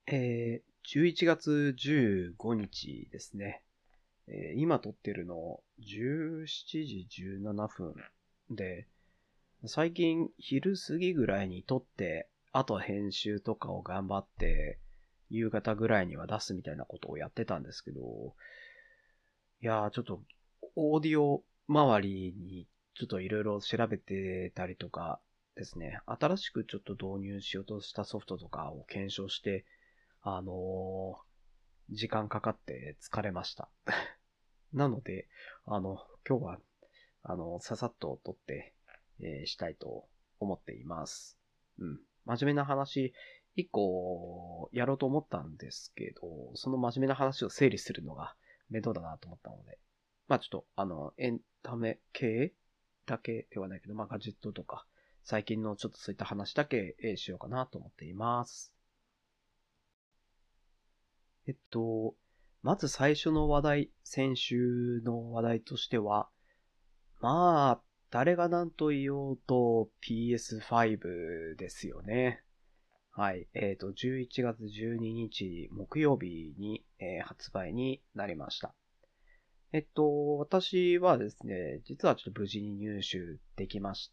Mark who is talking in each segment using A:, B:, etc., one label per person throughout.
A: 11月15日ですね。今撮ってるの17時17分で、最近昼過ぎぐらいに撮って、あとは編集とかを頑張って、夕方ぐらいには出すみたいなことをやってたんですけど、いやーちょっとオーディオ周りにちょっといろいろ調べてたりとかですね、新しくちょっと導入しようとしたソフトとかを検証して、あの時間かかって疲れました。なので、今日は、ささっと撮って、したいと思っています。うん。真面目な話、一個やろうと思ったんですけど、その真面目な話を整理するのが面倒だなと思ったので、まあちょっと、エンタメ系だけではないけど、まあガジェットとか、最近のちょっとそういった話だけ、しようかなと思っています。まず最初の話題、先週の話題としては、まあ、誰が何と言おうと PS5 ですよね。はい。11月12日木曜日に、発売になりました。私はですね、実はちょっと無事に入手できまして、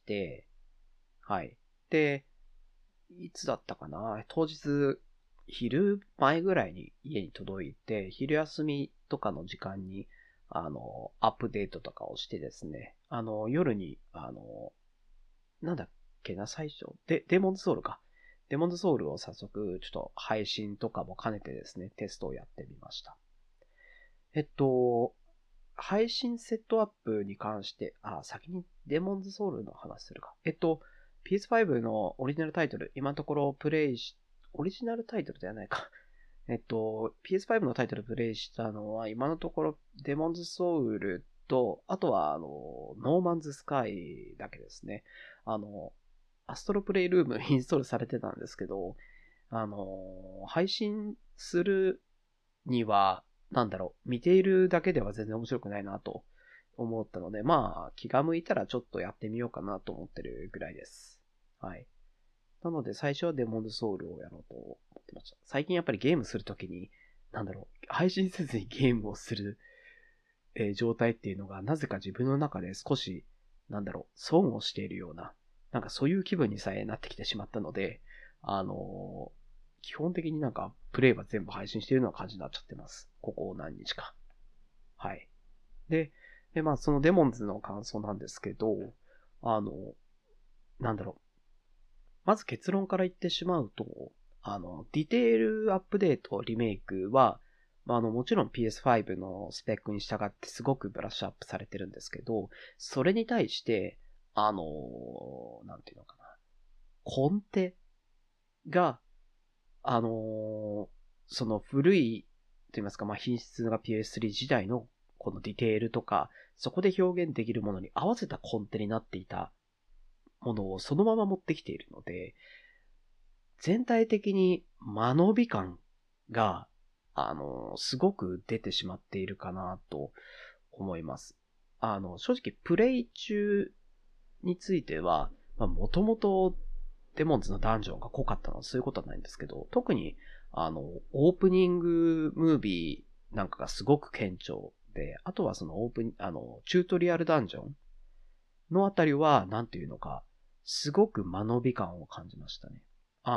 A: はい。で、いつだったかな当日、昼前ぐらいに家に届いて、昼休みとかの時間に、アップデートとかをしてですね、夜に、なんだっけな、最初、デモンズソウルか。デモンズソウルを早速、ちょっと配信とかも兼ねてですね、テストをやってみました。えっと、配信セットアップに関して、先にデモンズソウルの話するか。PS5 のオリジナルタイトル、今のところプレイし、オリジナルタイトルではないか。PS5 のタイトルプレイしたのは、今のところデモンズソウルと、あとは、ノーマンズスカイだけですね。アストロプレイルームインストールされてたんですけど、配信するには、見ているだけでは全然面白くないなと思ったので、まあ、気が向いたらちょっとやってみようかなと思ってるぐらいです。はい。なので、最初はデモンズソウルをやろうと思ってました。最近やっぱりゲームするときに、配信せずにゲームをする、状態っていうのが、なぜか自分の中で少し、損をしているような、そういう気分にさえなってきてしまったので、あの基本的にプレイは全部配信しているような感じになっちゃってます。ここ何日か。はい。で、まあ、そのデモンズの感想なんですけど、あの、なんだろう。まず結論から言ってしまうと、ディテールアップデート、リメイクは、まあ、もちろん PS5 のスペックに従ってすごくブラッシュアップされてるんですけど、それに対して、なんていうのかな、コンテが、あのその古い、と言いますか、まあ、品質が PS3 時代のこのディテールとか、そこで表現できるものに合わせたコンテになっていたものをそのまま持ってきているので、全体的に間延び感が、すごく出てしまっているかなと思います。正直、プレイ中については、もともとデモンズのダンジョンが濃かったのはそういうことはないんですけど、特に、オープニングムービーなんかがすごく顕著で、あとはそのチュートリアルダンジョンのあたりは、なんていうのか、すごく間延び感を感じましたね。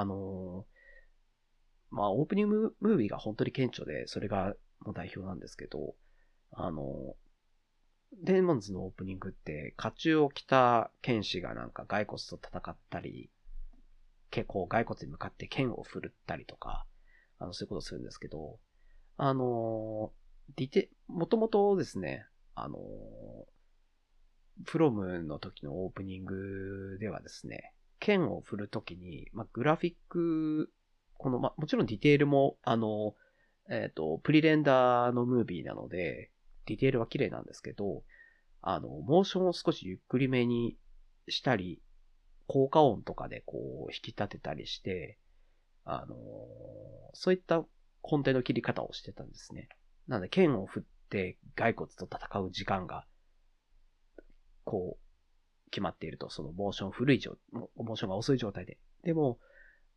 A: まあ、オープニングムービーが本当に顕著で、それがもう代表なんですけど、あの、デーモンズのオープニングって、甲冑を着た剣士が骸骨と戦ったり、結構骸骨に向かって剣を振るったりとか、そういうことをするんですけど、もともとですね、プロムの時のオープニングではですね、剣を振るときに、グラフィック、もちろんディテールも、プリレンダーのムービーなので、ディテールは綺麗なんですけど、モーションを少しゆっくりめにしたり、効果音とかで引き立てたりして、そういったコンテの切り方をしてたんですね。なので、剣を振って骸骨と戦う時間が、決まっていると、そのモーションが遅い状態で。でも、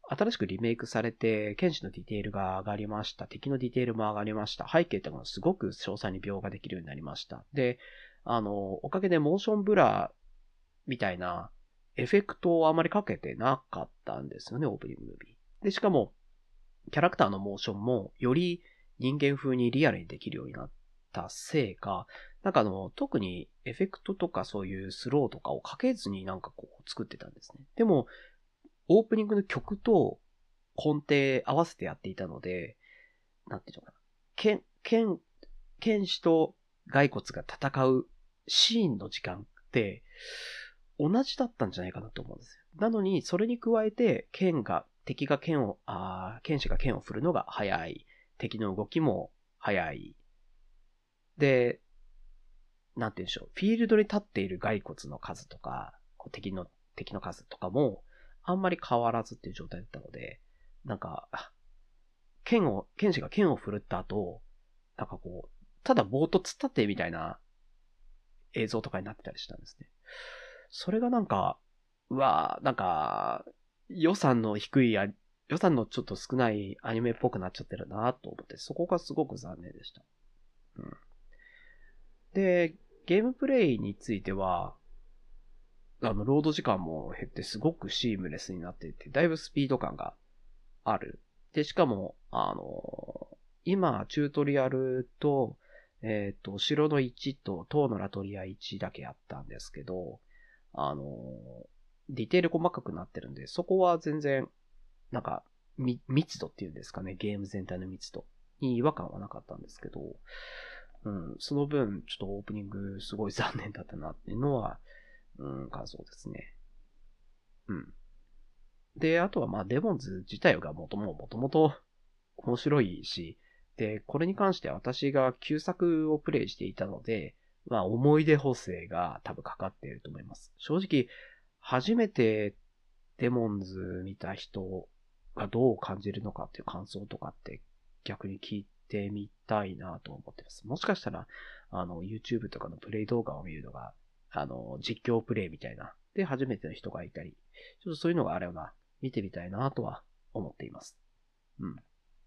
A: 新しくリメイクされて、剣士のディテールが上がりました。敵のディテールも上がりました。背景ってものすごく詳細に描画できるようになりました。で、おかげでモーションブラみたいなエフェクトをあまりかけてなかったんですよね、オープニングムービー。で、しかも、キャラクターのモーションもより人間風にリアルにできるようになったせいか、なんか特にエフェクトとかそういうスローとかをかけずになんかこう作ってたんですね。でも、オープニングの曲と根底合わせてやっていたので、なんていうのかな。剣士と骸骨が戦うシーンの時間って同じだったんじゃないかなと思うんですよ。なのに、それに加えて、敵が剣士が剣を振るのが早い。敵の動きも早い。で、なんて言うんでしょう。フィールドに立っている骸骨の数とか、敵の数とかも、あんまり変わらずっていう状態だったので、なんか、剣士が剣を振るった後、なんかこう、ただぼーっと突っ立ってみたいな映像とかになってたりしたんですね。それがなんか、なんか、予算のちょっと少ないアニメっぽくなっちゃってるなと思って、そこがすごく残念でした。うん。で、ゲームプレイについては、ロード時間も減ってすごくシームレスになっていて、だいぶスピード感がある。で、しかも、今、チュートリアルと、城の1と、塔のラトリア1だけやったんですけど、ディテール細かくなってるんで、そこは全然、なんか、密度っていうんですかね、ゲーム全体の密度に違和感はなかったんですけど、うん、その分、ちょっとオープニングすごい残念だったなっていうのは、感想ですね。うん。で、あとはまあ、デモンズ自体がもともと面白いし、で、これに関しては私が旧作をプレイしていたので、まあ、思い出補正が多分かかっていると思います。正直、初めてデモンズ見た人がどう感じるのかっていう感想とかって逆に聞いてみたいなと思ってます。もしかしたら、YouTube とかのプレイ動画を見るのが、実況プレイみたいな、で、初めての人がいたり、ちょっとそういうのがあれば、見てみたいなとは思っています。うん。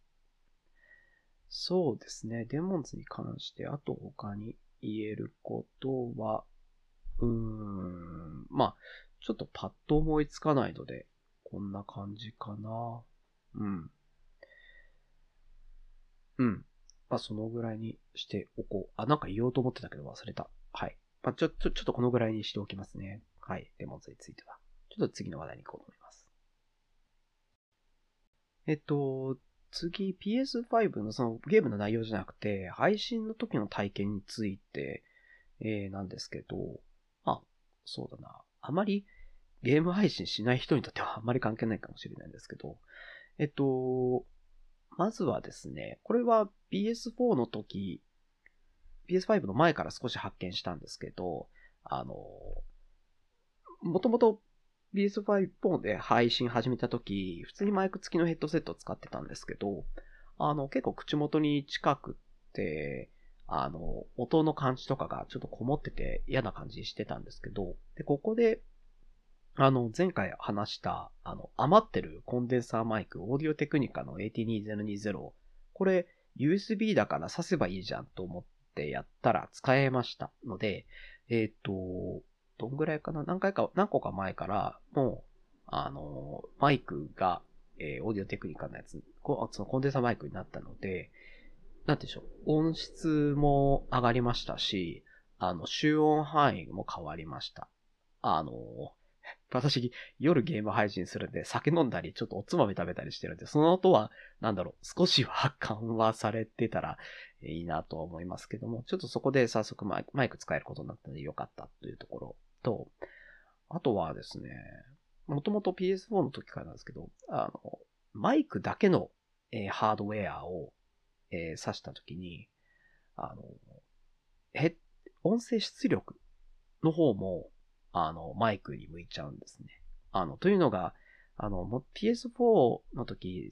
A: そうですね。デモンズに関して、あと他に言えることは、まあ、ちょっとパッと思いつかないので、こんな感じかな。うん。うん。まあ、そのぐらいにしておこう。なんか言おうと思ってたけど忘れた。はい。まあ、ちょっとこのぐらいにしておきますね。はい。デモンズについては。ちょっと次の話題に行こうと思います。次 PS5 のそのゲームの内容じゃなくて、配信の時の体験について、なんですけど、まあ、そうだな。あまりゲーム配信しない人にとってはあんまり関係ないかもしれないんですけど、まずはですね、これは PS4 の時、PS5 の前から少し発見したんですけど、もともと PS5 で配信始めた時、普通にマイク付きのヘッドセットを使ってたんですけど、結構口元に近くって、音の感じとかがちょっとこもってて嫌な感じしてたんですけど、で、ここで、前回話した、余ってるコンデンサーマイク、オーディオテクニカの AT2020、これ、USB だから挿せばいいじゃんと思ってやったら使えましたので、どんぐらいかな何個か前から、もう、マイクが、オーディオテクニカのやつ、そのコンデンサーマイクになったので、なんてでしょう、音質も上がりましたし、集音範囲も変わりました。私、夜ゲーム配信するんで、酒飲んだり、ちょっとおつまみ食べたりしてるんで、その音は、少しは緩和されてたらいいなと思いますけども、ちょっとそこで早速マイク使えることになったのでよかったというところと、あとはですね、もともと PS4 の時からなんですけど、マイクだけの、ハードウェアを、挿した時に、あの、音声出力の方も、マイクに向いちゃうんですね。というのが、PS4 の時、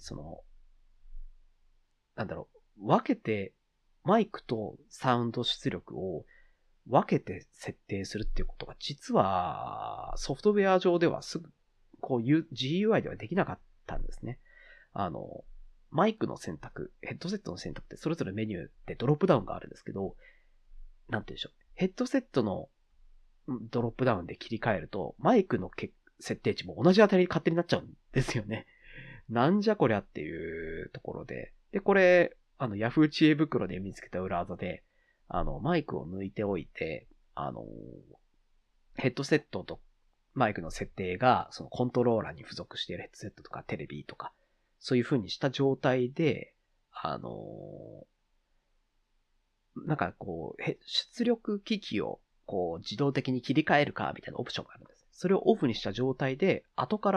A: 分けて、マイクとサウンド出力を分けて設定するっていうことが、実は、ソフトウェア上ではすぐ、こういう GUI ではできなかったんですね。マイクの選択、ヘッドセットの選択ってそれぞれメニューでドロップダウンがあるんですけど、なんて言うんでしょう。ヘッドセットのドロップダウンで切り替えると、マイクの設定値も同じあたりに勝手になっちゃうんですよね。なんじゃこりゃっていうところで。で、これ、Yahoo 知恵袋で見つけた裏技で、マイクを抜いておいて、ヘッドセットとマイクの設定が、そのコントローラーに付属しているヘッドセットとかテレビとか、そういう風にした状態で、なんかこう、出力機器をこう自動的に切り替えるかみたいなオプションがあるんです。それをオフにした状態で、後から、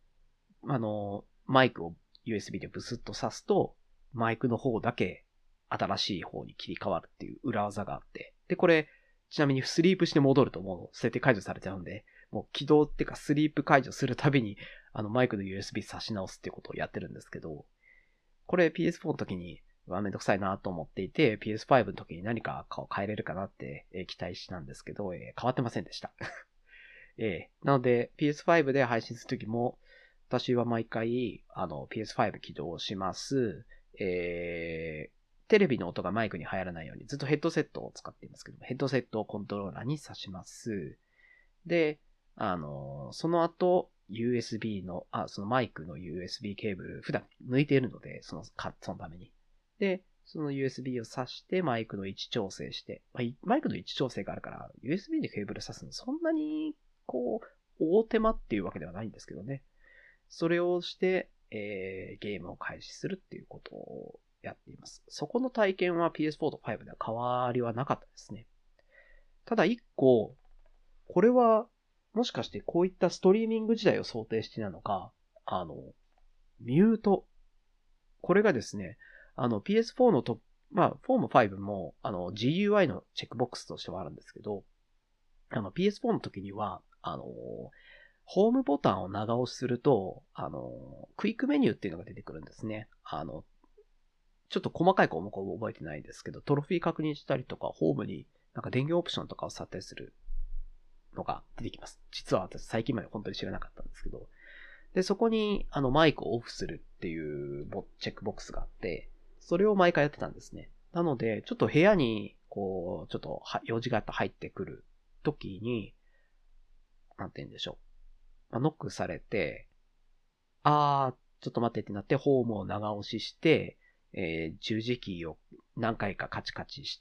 A: マイクを USB でブスッと挿すと、マイクの方だけ新しい方に切り替わるっていう裏技があって、で、これ、ちなみにスリープして戻るともう設定解除されちゃうんで、もう起動っていうかスリープ解除するたびに、マイクの USB 挿し直すっていうことをやってるんですけど、これ PS4 の時に、めんどくさいなと思っていて、PS5 の時に何か変えれるかなって、期待したんですけど、変わってませんでした。なので PS5 で配信する時も、私は毎回、PS5 起動します。テレビの音がマイクに入らないようにずっとヘッドセットを使っていますけども、ヘッドセットをコントローラーに挿します。で、その後、USB の、そのマイクの USB ケーブル、普段抜いているので、そのために。で、その USB を挿してマイクの位置調整して、マイクの位置調整があるから、USB でケーブル挿すのそんなに、大手間っていうわけではないんですけどね。それをして、ゲームを開始するっていうことをやっています。そこの体験は PS4 と5では変わりはなかったですね。ただ一個、これは、もしかしてこういったストリーミング時代を想定してなのか、ミュート。これがですね、PS4 の4も5も、GUI のチェックボックスとしてはあるんですけど、PS4 の時には、ホームボタンを長押しすると、クイックメニューっていうのが出てくるんですね。ちょっと細かい項目を覚えてないですけど、トロフィー確認したりとか、ホームになんか電源オプションとかを設定するのが出てきます。実は私最近まで本当に知らなかったんですけど。で、そこにマイクをオフするっていうチェックボックスがあって、それを毎回やってたんですね。なので、ちょっと部屋に、ちょっと用事があって入ってくる時に、なんて言うんでしょう。ノックされて、ちょっと待ってってなって、ホームを長押しして、十字キーを何回かカチカチして、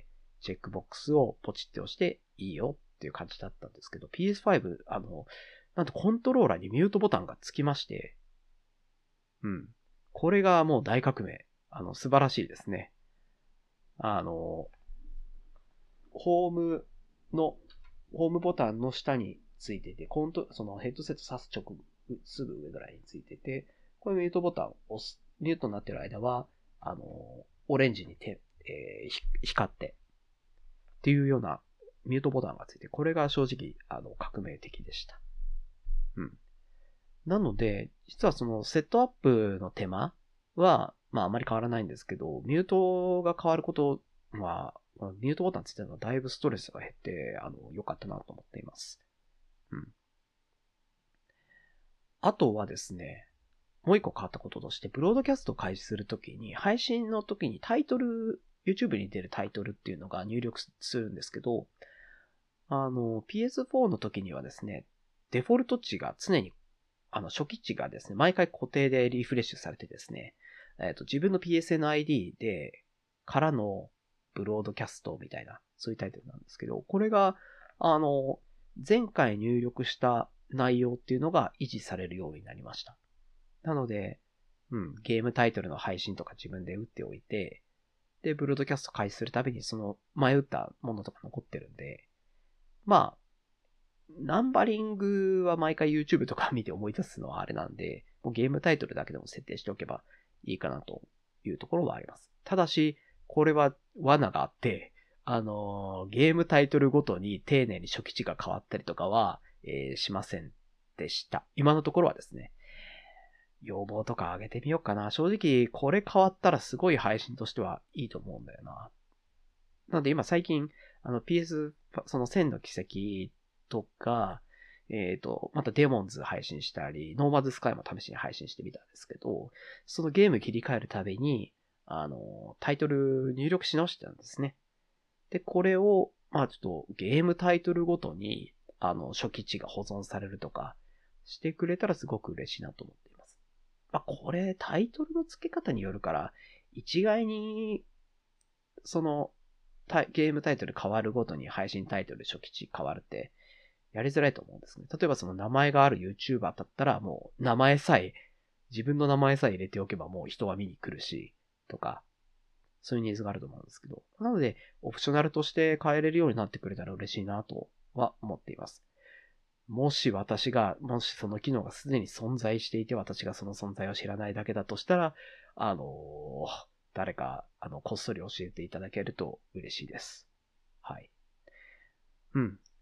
A: チェックボックスをポチって押していいよっていう感じだったんですけど、PS5、なんとコントローラーにミュートボタンがつきまして、これがもう大革命。素晴らしいですね。ホームボタンの下についてて、そのヘッドセット挿すすぐ上ぐらいについてて、これミュートボタンを押す、ミュートになってる間は、オレンジに光って、っていうようなミュートボタンがついて、これが正直、革命的でした。なので、実はそのセットアップの手間は、あまり変わらないんですけど、ミュートが変わることは、ミュートボタンついてるのはだいぶストレスが減って、良かったなと思っています。あとはですね、もう一個変わったこととして、ブロードキャストを開始するときに、配信のときにYouTube に出るタイトルっていうのが入力するんですけど、PS4 の時にはですね、デフォルト値が常に、初期値がですね、毎回固定でリフレッシュされてですね、自分の PSN ID からのブロードキャストみたいな、そういうタイトルなんですけど、これが、前回入力した内容っていうのが維持されるようになりました。なので、ゲームタイトルの配信とか自分で打っておいて、で、ブロードキャスト開始するたびにその前打ったものとか残ってるんで、ナンバリングは毎回 YouTube とか見て思い出すのはあれなんで、もうゲームタイトルだけでも設定しておけばいいかなというところはあります。ただし、これは罠があって、ゲームタイトルごとに丁寧に初期値が変わったりとかは、しませんでした。今のところはですね。要望とか上げてみようかな。正直、これ変わったらすごい配信としてはいいと思うんだよな。なので今最近、その1000の奇跡とか、 またデモンズ配信したり、ノーマズスカイも試しに配信してみたんですけど、そのゲーム切り替えるたびに、タイトル入力し直してたんですね。で、これを、ちょっとゲームタイトルごとに、初期値が保存されるとか、してくれたらすごく嬉しいなと思っています。これ、タイトルの付け方によるから、一概に、ゲームタイトル変わるごとに配信タイトル初期値変わるって、やりづらいと思うんですね。例えばその名前がある YouTuber だったら、もう自分の名前さえ入れておけばもう人は見に来るし、とか、そういうニーズがあると思うんですけど。なので、オプショナルとして変えれるようになってくれたら嬉しいなとは思っています。もしその機能がすでに存在していて、私がその存在を知らないだけだとしたら、誰か、こっそり教えていただけると嬉しいです。はい。うん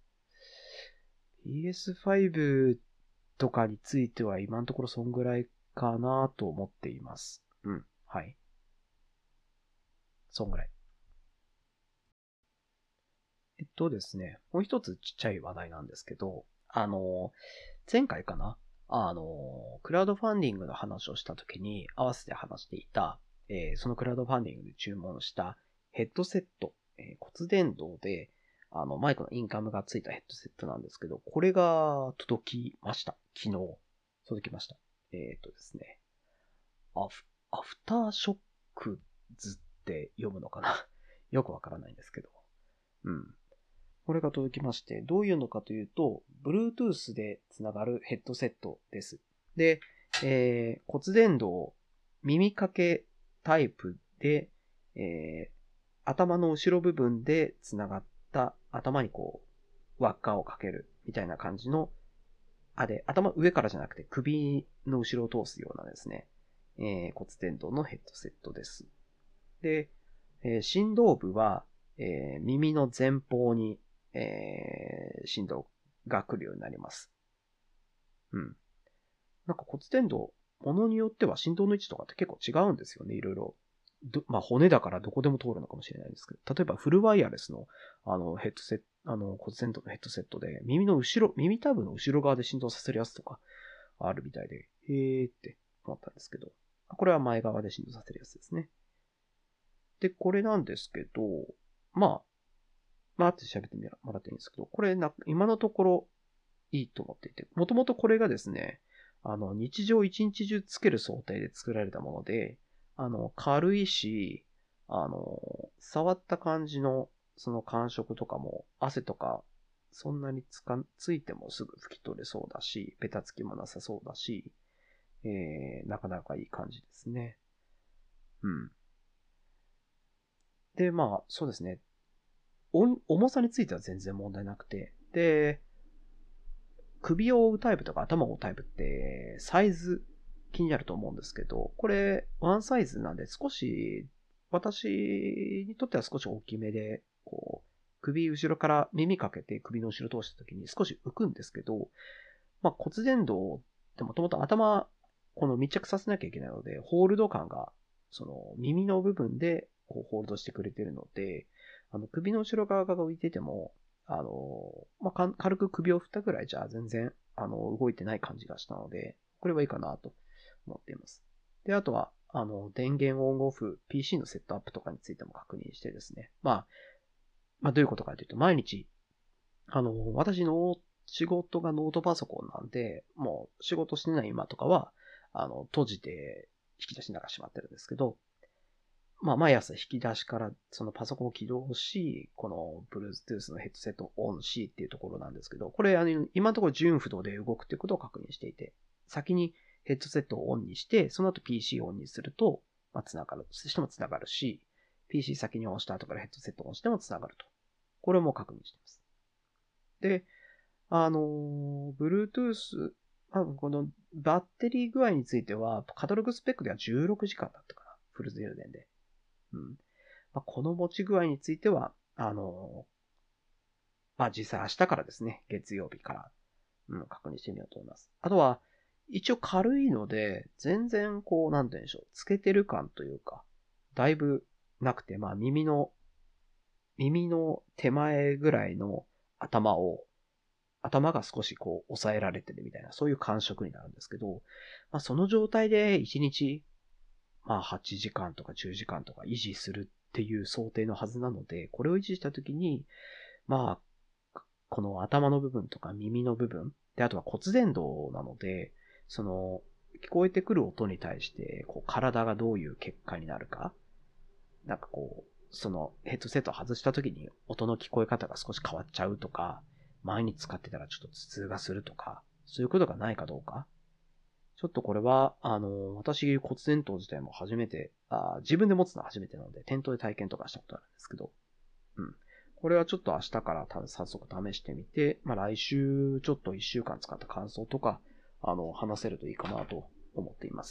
A: 。PS5 とかについては今のところそんぐらいかなと思っています。うん。はい。そんぐらい。ですね、もう一つちっちゃい話題なんですけど、前回かなクラウドファンディングの話をした時に合わせて話していた、そのクラウドファンディングで注文したヘッドセット、骨伝導で、マイクのインカムがついたヘッドセットなんですけど、これが届きました。昨日、届きました。ですね、アフターショックズって読むのかなよくわからないんですけど。うん。これが届きまして、どういうのかというと、Bluetooth でつながるヘッドセットです。で、骨伝導、耳掛けタイプで、頭の後ろ部分でつながった頭に輪っかをかけるみたいな感じの、頭上からじゃなくて首の後ろを通すようなですね、骨伝導のヘッドセットです。で、振動部は、耳の前方に、振動が来るようになります。うん。なんか骨伝導、ものによっては振動の位置とかって結構違うんですよね、いろいろ。骨だからどこでも通るのかもしれないですけど、例えばフルワイヤレスの、ヘッドセット、骨伝導のヘッドセットで、耳たぶの後ろ側で振動させるやつとかあるみたいで、へーって思ったんですけど、これは前側で振動させるやつですね。で、これなんですけど、後で喋ってもらっていいんですけど、これ今のところいいと思っていて、もともとこれがですね、日常一日中つける想定で作られたもので、軽いし、触った感じの、その感触とかも、汗とか、そんなについてもすぐ拭き取れそうだし、ベタつきもなさそうだし、なかなかいい感じですね。うん。で、そうですね。重さについては全然問題なくて、で、首を覆うタイプとか頭を覆うタイプってサイズ気になると思うんですけど、これワンサイズなんで少し私にとっては少し大きめで、首後ろから耳かけて首の後ろ通した時に少し浮くんですけど、骨伝導ってもともとこの密着させなきゃいけないので、ホールド感がその耳の部分でホールドしてくれてるので、首の後ろ側が浮いてても、軽く首を振ったぐらいじゃ全然、動いてない感じがしたので、これはいいかなと思っています。で、あとは、電源オンオフ、PC のセットアップとかについても確認してですね。どういうことかというと、毎日、私の仕事がノートパソコンなんで、もう仕事してない今とかは、閉じて引き出しながらしまってるんですけど、毎朝引き出しからそのパソコンを起動し、この Bluetooth のヘッドセットをオンしっていうところなんですけど、これ今のところ純不動で動くっていうことを確認していて、先にヘッドセットをオンにして、その後 PC をオンにすると、繋がるとしても繋がるし、PC 先にオンした後からヘッドセットをオンしても繋がると。これも確認しています。で、Bluetooth、このバッテリー具合については、カタログスペックでは16時間だったかな。フル充電で。うん。この持ち具合については、実際明日からですね、月曜日から、確認してみようと思います。あとは、一応軽いので、全然なんて言うんでしょう、つけてる感というか、だいぶなくて、耳の手前ぐらいの頭を、 頭が少しこう抑えられてるみたいな、そういう感触になるんですけど、その状態で1日、8時間とか10時間とか維持するっていう想定のはずなので、これを維持したときに、この頭の部分とか耳の部分、で、あとは骨伝導なので、聞こえてくる音に対して、体がどういう結果になるか、そのヘッドセットを外した時に音の聞こえ方が少し変わっちゃうとか、前に使ってたらちょっと頭痛がするとか、そういうことがないかどうか。ちょっとこれは、私骨伝導自体も初めて、自分で持つのは初めてなので、店頭で体験とかしたことあるんですけど、これはちょっと明日から早速試してみて、来週ちょっと1週間使った感想とか、話せるといいかなと思っています。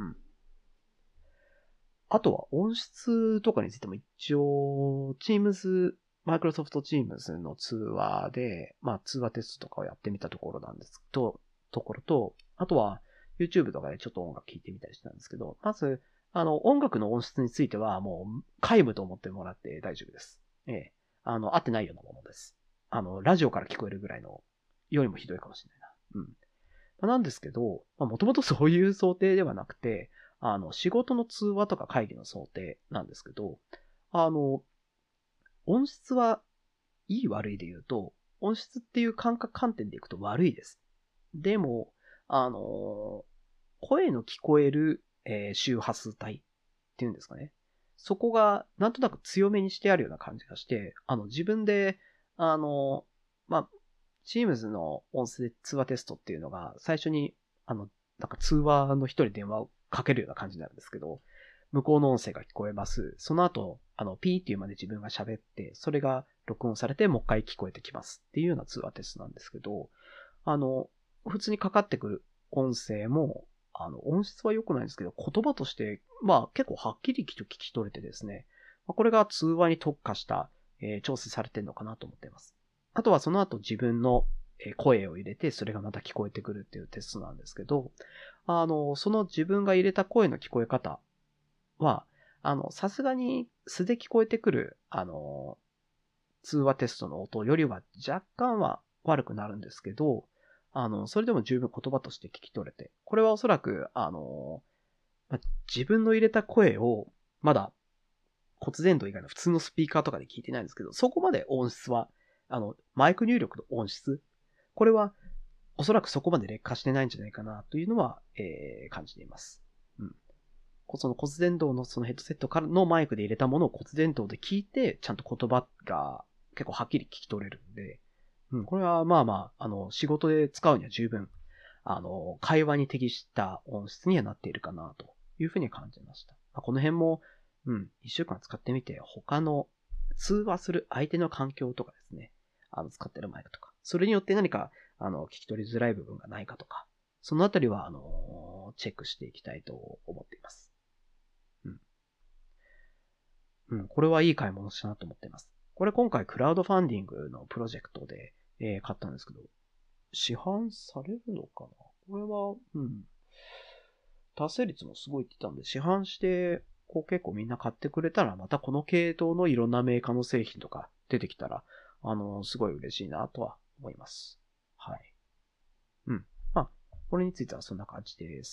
A: あとは音質とかについても一応、Teams、Microsoft Teams の通話で、通話テストとかをやってみたところなんですと、あとは YouTube とかでちょっと音楽聴いてみたりしたんですけど、まず、音楽の音質についてはもう皆無と思ってもらって大丈夫です。合ってないようなものです。ラジオから聞こえるぐらいのよりもひどいかもしれないな。なんですけど、もともとそういう想定ではなくて、仕事の通話とか会議の想定なんですけど、音質はいい悪いで言うと、音質っていう観点でいくと悪いです。でも、声の聞こえる、周波数帯っていうんですかね。そこがなんとなく強めにしてあるような感じがして、自分で、Teams の音声通話テストっていうのが最初に、通話の人に電話をかけるような感じなんですけど、向こうの音声が聞こえます。その後、ピーっていうまで自分が喋って、それが録音されてもう一回聞こえてきますっていうような通話テストなんですけど、普通にかかってくる音声も、音質は良くないんですけど、言葉として、結構はっきり聞き取れてですね、これが通話に特化した、調整されてるのかなと思っています。あとはその後自分の声を入れて、それがまた聞こえてくるっていうテストなんですけど、その自分が入れた声の聞こえ方は、さすがに素で聞こえてくる、通話テストの音よりは若干は悪くなるんですけど、それでも十分言葉として聞き取れて、これはおそらく、自分の入れた声を、まだ骨伝導以外の普通のスピーカーとかで聞いてないんですけど、そこまで音質は、マイク入力の音質、これはおそらくそこまで劣化してないんじゃないかなというのは、感じています。その骨伝導のそのヘッドセットからのマイクで入れたものを骨伝導で聞いて、ちゃんと言葉が結構はっきり聞き取れるんで、これは仕事で使うには十分、会話に適した音質にはなっているかなというふうに感じました。この辺も、一週間使ってみて、他の通話する相手の環境とかですね、使ってるマイクとか、それによって何か、聞き取りづらい部分がないかとか、そのあたりは、チェックしていきたいと思っています。これはいい買い物したなと思っています。これ今回クラウドファンディングのプロジェクトで、買ったんですけど、市販されるのかなこれは、達成率もすごいって言ったんで、市販して、結構みんな買ってくれたら、またこの系統のいろんなメーカーの製品とか出てきたら、すごい嬉しいなとは思います。はい。これについてはそんな感じです。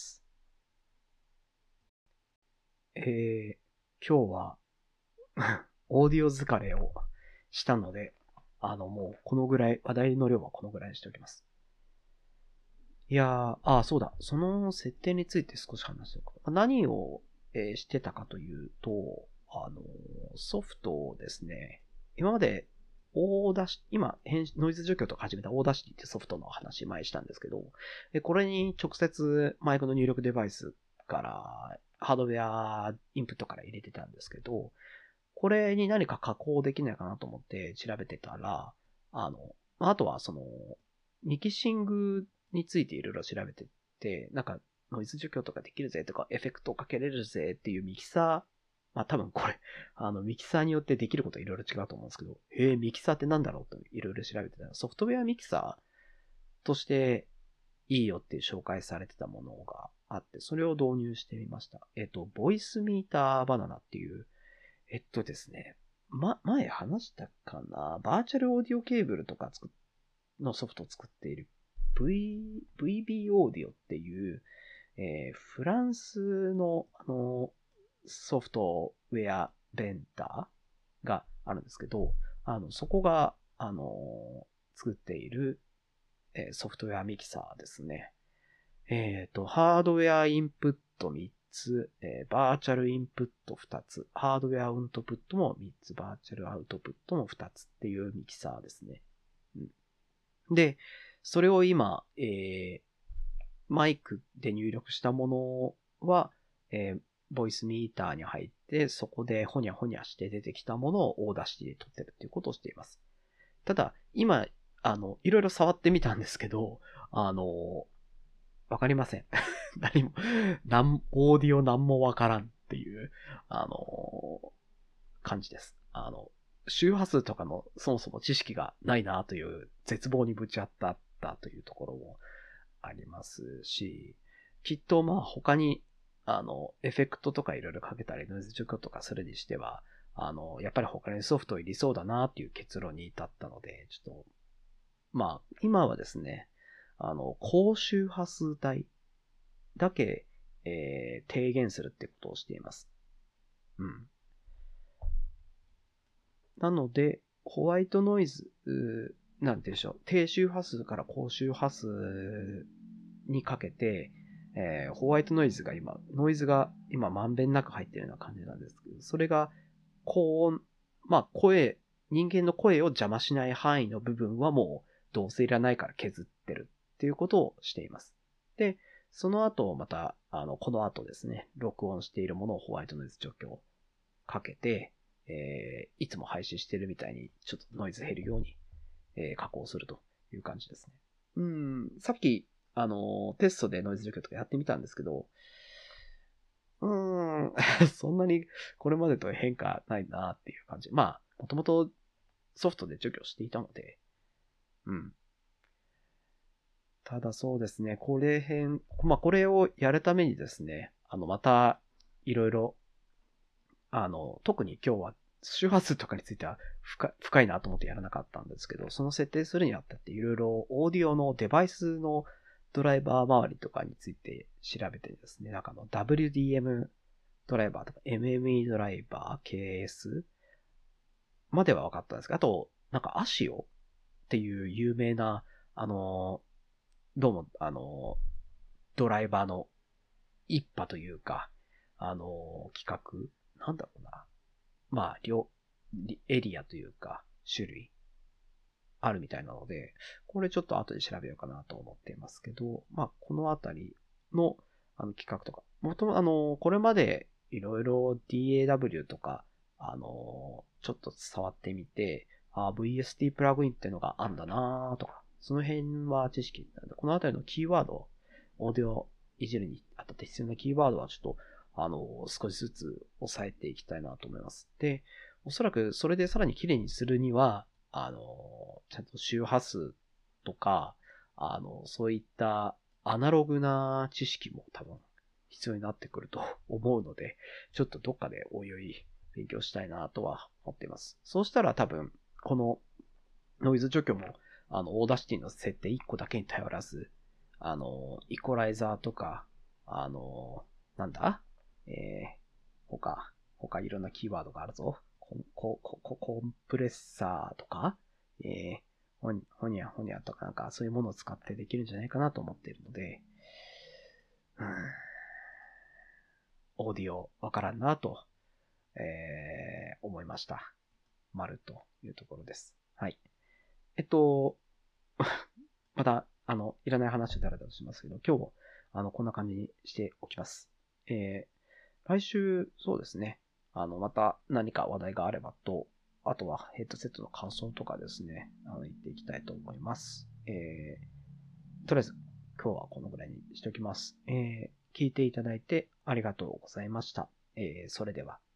A: 今日はオーディオ疲れをしたので、もうこのぐらい、話題の量はこのぐらいにしておきます。いやー、そうだ。その設定について少し話しておく。何を、してたかというと、ソフトをですね、今まで、今、ノイズ除去とか始めたオーダーシティってソフトの話前したんですけど、これに直接マイクの入力デバイスからハードウェアインプットから入れてたんですけど、これに何か加工できないかなと思って調べてたら、あとはミキシングについていろいろ調べてて、なんかノイズ除去とかできるぜとか、エフェクトをかけれるぜっていうミキサー、多分これ、ミキサーによってできることいろいろ違うと思うんですけど、ミキサーってなんだろうといろいろ調べてたら、ソフトウェアミキサーとしていいよっていう紹介されてたものがあって、それを導入してみました。ボイスミーターバナナっていう、ですね。前話したかなバーチャルオーディオケーブルとか作っのソフトを作っている VB オーディオっていう、フランスの、ソフトウェアベンダーがあるんですけど、そこが、作っている、ソフトウェアミキサーですね。ハードウェアインプット3つ、バーチャルインプット2つ、ハードウェアアウトプットも3つ、バーチャルアウトプットも2つっていうミキサーですね。で、それを今、マイクで入力したものは、ボイスミーターに入って、そこでホニャホニャして出てきたものをオーダーシティで撮ってるっていうことをしています。ただ、今、いろいろ触ってみたんですけど、わかりません。オーディオなんもわからんっていう、感じです。周波数とかのそもそも知識がないなという絶望にぶち当たったというところもありますし、きっとまあ他に、エフェクトとかいろいろかけたり、ノイズ除去とかするにしては、やっぱり他にソフトを入りそうだなっていう結論に至ったので、ちょっと、まあ、今はですね、高周波数帯だけ、低減するってことをしています。うん。なので、ホワイトノイズ、なんて言うんでしょう、低周波数から高周波数にかけて、ホワイトノイズが今まんべんなく入ってるような感じなんですけど、それが高音、まあ人間の声を邪魔しない範囲の部分はもうどうせいらないから削ってるっていうことをしています。で、その後また、この後ですね、録音しているものをホワイトノイズ除去かけて、いつも配信してるみたいにちょっとノイズ減るように、加工するという感じですね。さっき、テストでノイズ除去とかやってみたんですけど、そんなにこれまでと変化ないなっていう感じ。まあ、もともとソフトで除去していたので、ただそうですね、これをやるためにですね、また、いろいろ、特に今日は周波数とかについては深いなと思ってやらなかったんですけど、その設定するにあたっていろいろオーディオのデバイスのドライバー周りとかについて調べてですね、なんかWDM ドライバーとか MME ドライバー、KS までは分かったんですけど、あと、なんかアシオっていう有名な、どうも、ドライバーの一派というか、企画、なんだろうな。まあ、エリアというか、種類、あるみたいなので、これちょっと後で調べようかなと思っていますけど、まあ、このあたりの、企画とか、これまでいろいろ DAW とか、ちょっと触ってみて、VST プラグインっていうのがあんだなとか、その辺は知識なんで、このあたりのキーワード、オーディオいじるにあたって必要なキーワードはちょっと、少しずつ抑えていきたいなと思います。で、おそらくそれでさらに綺麗にするには、ちゃんと周波数とか、そういったアナログな知識も多分必要になってくると思うので、ちょっとどっかでおいおい勉強したいなとは思っています。そうしたら多分、このノイズ除去も、オーダーシティの設定1個だけに頼らず、イコライザーとか、なんだ他いろんなキーワードがあるぞ。コンプレッサーとか、ホニャホニャとかなんかそういうものを使ってできるんじゃないかなと思っているので、オーディオわからんなと、思いました。丸というところです。はい。また、いらない話をだらだらしますけど、今日も、こんな感じにしておきます。来週、そうですね。また何か話題があればと、あとはヘッドセットの感想とかですね、言っていきたいと思います。とりあえず、今日はこのぐらいにしておきます。聞いていただいてありがとうございました。それでは。